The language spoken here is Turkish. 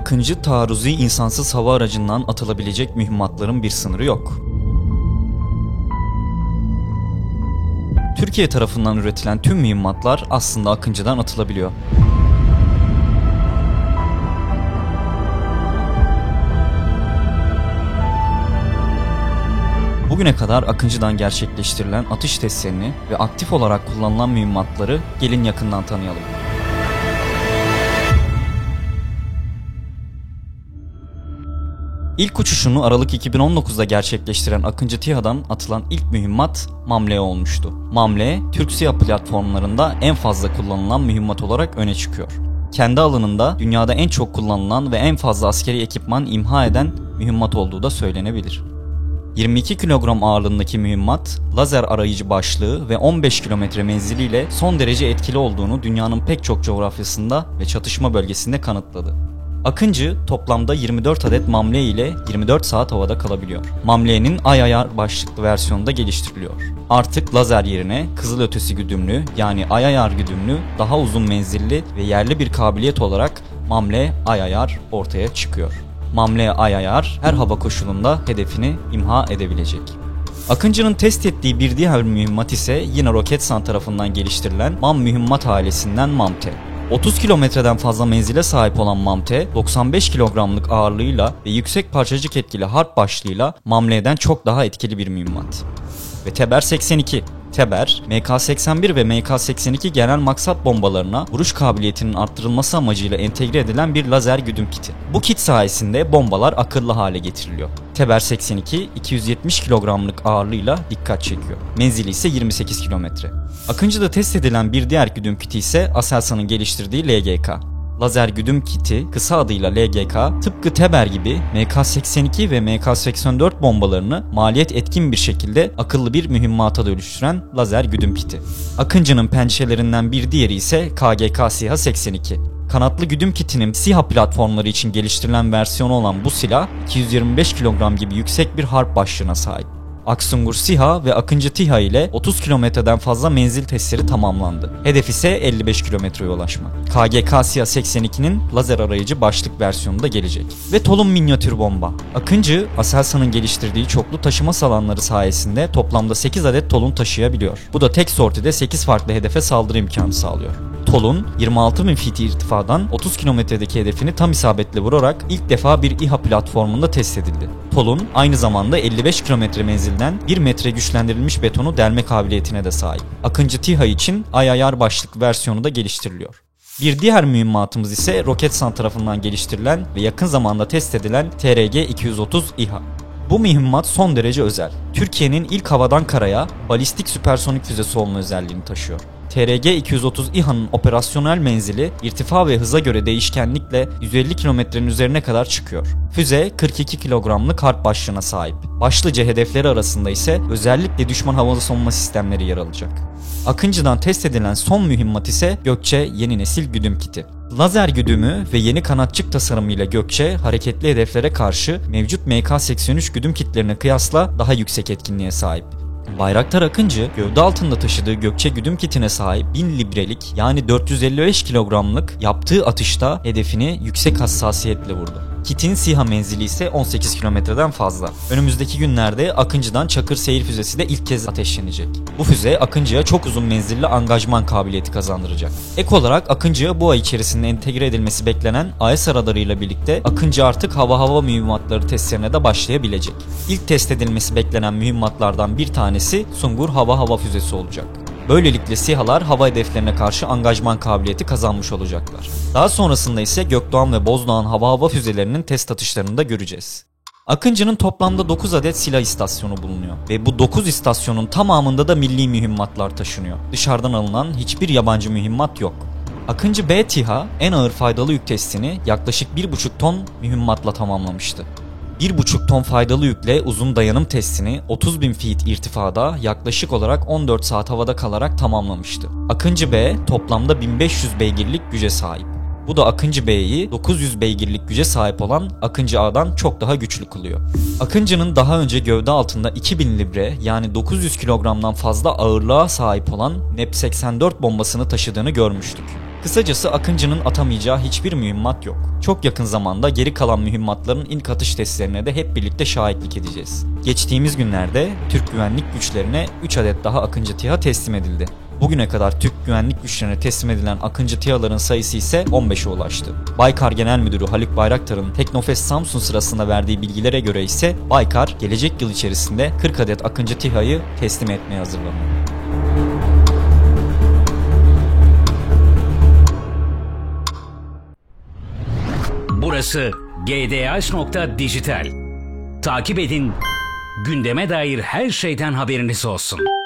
Akıncı taarruzi insansız hava aracından atılabilecek mühimmatların bir sınırı yok. Türkiye tarafından üretilen tüm mühimmatlar aslında Akıncı'dan atılabiliyor. Bugüne kadar Akıncı'dan gerçekleştirilen atış testlerini ve aktif olarak kullanılan mühimmatları gelin yakından tanıyalım. İlk uçuşunu Aralık 2019'da gerçekleştiren Akıncı TİHA'dan atılan ilk mühimmat MAMLE olmuştu. MAMLE, Türk SİHA platformlarında en fazla kullanılan mühimmat olarak öne çıkıyor. Kendi alanında dünyada en çok kullanılan ve en fazla askeri ekipman imha eden mühimmat olduğu da söylenebilir. 22 kilogram ağırlığındaki mühimmat, lazer arayıcı başlığı ve 15 kilometre menziliyle son derece etkili olduğunu dünyanın pek çok coğrafyasında ve çatışma bölgesinde kanıtladı. Akıncı toplamda 24 adet MAMLE ile 24 saat havada kalabiliyor. MAMLE'nin ay ayar başlıklı versiyonu da geliştiriliyor. Artık lazer yerine kızılötesi güdümlü yani ay ayar güdümlü daha uzun menzilli ve yerli bir kabiliyet olarak MAMLE ay ayar ortaya çıkıyor. MAMLE ay ayar her hava koşulunda hedefini imha edebilecek. Akıncı'nın test ettiği bir diğer mühimmat ise yine Roketsan tarafından geliştirilen MAM mühimmat ailesinden MAMTE. 30 kilometreden fazla menzile sahip olan MAMTE, 95 kilogramlık ağırlığıyla ve yüksek parçacık etkili harp başlığıyla MAMLE'den çok daha etkili bir mühimmat. Ve Teber 82. Teber, MK-81 ve MK-82 genel maksat bombalarına vuruş kabiliyetinin arttırılması amacıyla entegre edilen bir lazer güdüm kiti. Bu kit sayesinde bombalar akıllı hale getiriliyor. Teber 82, 270 kilogramlık ağırlığıyla dikkat çekiyor. Menzili ise 28 kilometre. Akıncı'da test edilen bir diğer güdüm kiti ise Aselsan'ın geliştirdiği LGK. Lazer güdüm kiti, kısa adıyla LGK, tıpkı Teber gibi MK-82 ve MK-84 bombalarını maliyet etkin bir şekilde akıllı bir mühimmata dönüştüren lazer güdüm kiti. Akıncı'nın pençelerinden bir diğeri ise KGK SİHA 82. Kanatlı güdüm kitinin SİHA platformları için geliştirilen versiyonu olan bu silah 225 kilogram gibi yüksek bir harp başlığına sahip. Aksungur SİHA ve Akıncı TİHA ile 30 kilometreden fazla menzil testleri tamamlandı. Hedef ise 55 kilometreye ulaşmak. KGK SİHA 82'nin lazer arayıcı başlık versiyonu da gelecek. Ve Tolun minyatür bomba. Akıncı, Aselsan'ın geliştirdiği çoklu taşıma salanları sayesinde toplamda 8 adet Tolun taşıyabiliyor. Bu da tek sortide 8 farklı hedefe saldırı imkanı sağlıyor. Tolun 26.000 feet irtifadan 30 kilometredeki hedefini tam isabetle vurarak ilk defa bir İHA platformunda test edildi. Tolun aynı zamanda 55 kilometre menzilden 1 metre güçlendirilmiş betonu delme kabiliyetine de sahip. Akıncı TİHA için ay ayar başlıklı versiyonu da geliştiriliyor. Bir diğer mühimmatımız ise Roketsan tarafından geliştirilen ve yakın zamanda test edilen TRG-230 İHA. Bu mühimmat son derece özel. Türkiye'nin ilk havadan karaya balistik süpersonik füzesi olma özelliğini taşıyor. TRG-230 İHA'nın operasyonel menzili irtifa ve hıza göre değişkenlikle 150 kilometrenin üzerine kadar çıkıyor. Füze 42 kilogramlık harp başlığına sahip. Başlıca hedefleri arasında ise özellikle düşman havalı savunma sistemleri yer alacak. Akıncı'dan test edilen son mühimmat ise Gökçe yeni nesil güdüm kiti. Lazer güdümü ve yeni kanatçık tasarımıyla Gökçe, hareketli hedeflere karşı mevcut MK-83 güdüm kitlerine kıyasla daha yüksek etkinliğe sahip. Bayraktar Akıncı, gövde altında taşıdığı Gökçe güdüm kitine sahip 1000 librelik yani 455 kilogramlık yaptığı atışta hedefini yüksek hassasiyetle vurdu. Kitin SİHA menzili ise 18 kilometreden fazla. Önümüzdeki günlerde Akıncı'dan Çakır seyir füzesi de ilk kez ateşlenecek. Bu füze Akıncı'ya çok uzun menzilli angajman kabiliyeti kazandıracak. Ek olarak Akıncı'ya bu ay içerisinde entegre edilmesi beklenen AES radarıyla birlikte Akıncı artık hava mühimmatları testlerine de başlayabilecek. İlk test edilmesi beklenen mühimmatlardan bir tanesi Sungur hava füzesi olacak. Böylelikle SİHA'lar hava hedeflerine karşı angajman kabiliyeti kazanmış olacaklar. Daha sonrasında ise Gökdoğan ve Bozdoğan hava füzelerinin test atışlarını da göreceğiz. Akıncı'nın toplamda 9 adet silah istasyonu bulunuyor ve bu 9 istasyonun tamamında da milli mühimmatlar taşınıyor. Dışarıdan alınan hiçbir yabancı mühimmat yok. Akıncı B TİHA en ağır faydalı yük testini yaklaşık 1,5 ton mühimmatla tamamlamıştı. 1,5 ton faydalı yükle uzun dayanım testini 30.000 feet irtifada yaklaşık olarak 14 saat havada kalarak tamamlamıştı. Akıncı B toplamda 1500 beygirlik güce sahip. Bu da Akıncı B'yi 900 beygirlik güce sahip olan Akıncı A'dan çok daha güçlü kılıyor. Akıncı'nın daha önce gövde altında 2000 libre yani 900 kilogramdan fazla ağırlığa sahip olan NEP-84 bombasını taşıdığını görmüştük. Kısacası Akıncı'nın atamayacağı hiçbir mühimmat yok. Çok yakın zamanda geri kalan mühimmatların ilk atış testlerine de hep birlikte şahitlik edeceğiz. Geçtiğimiz günlerde Türk güvenlik güçlerine 3 adet daha Akıncı TİHA teslim edildi. Bugüne kadar Türk güvenlik güçlerine teslim edilen Akıncı TİHA'ların sayısı ise 15'e ulaştı. Baykar Genel Müdürü Haluk Bayraktar'ın Teknofest Samsun sırasında verdiği bilgilere göre ise Baykar gelecek yıl içerisinde 40 adet Akıncı TİHA'yı teslim etmeye hazırlanıyor. Burası gdh.dijital. Takip edin, gündeme dair her şeyden haberiniz olsun.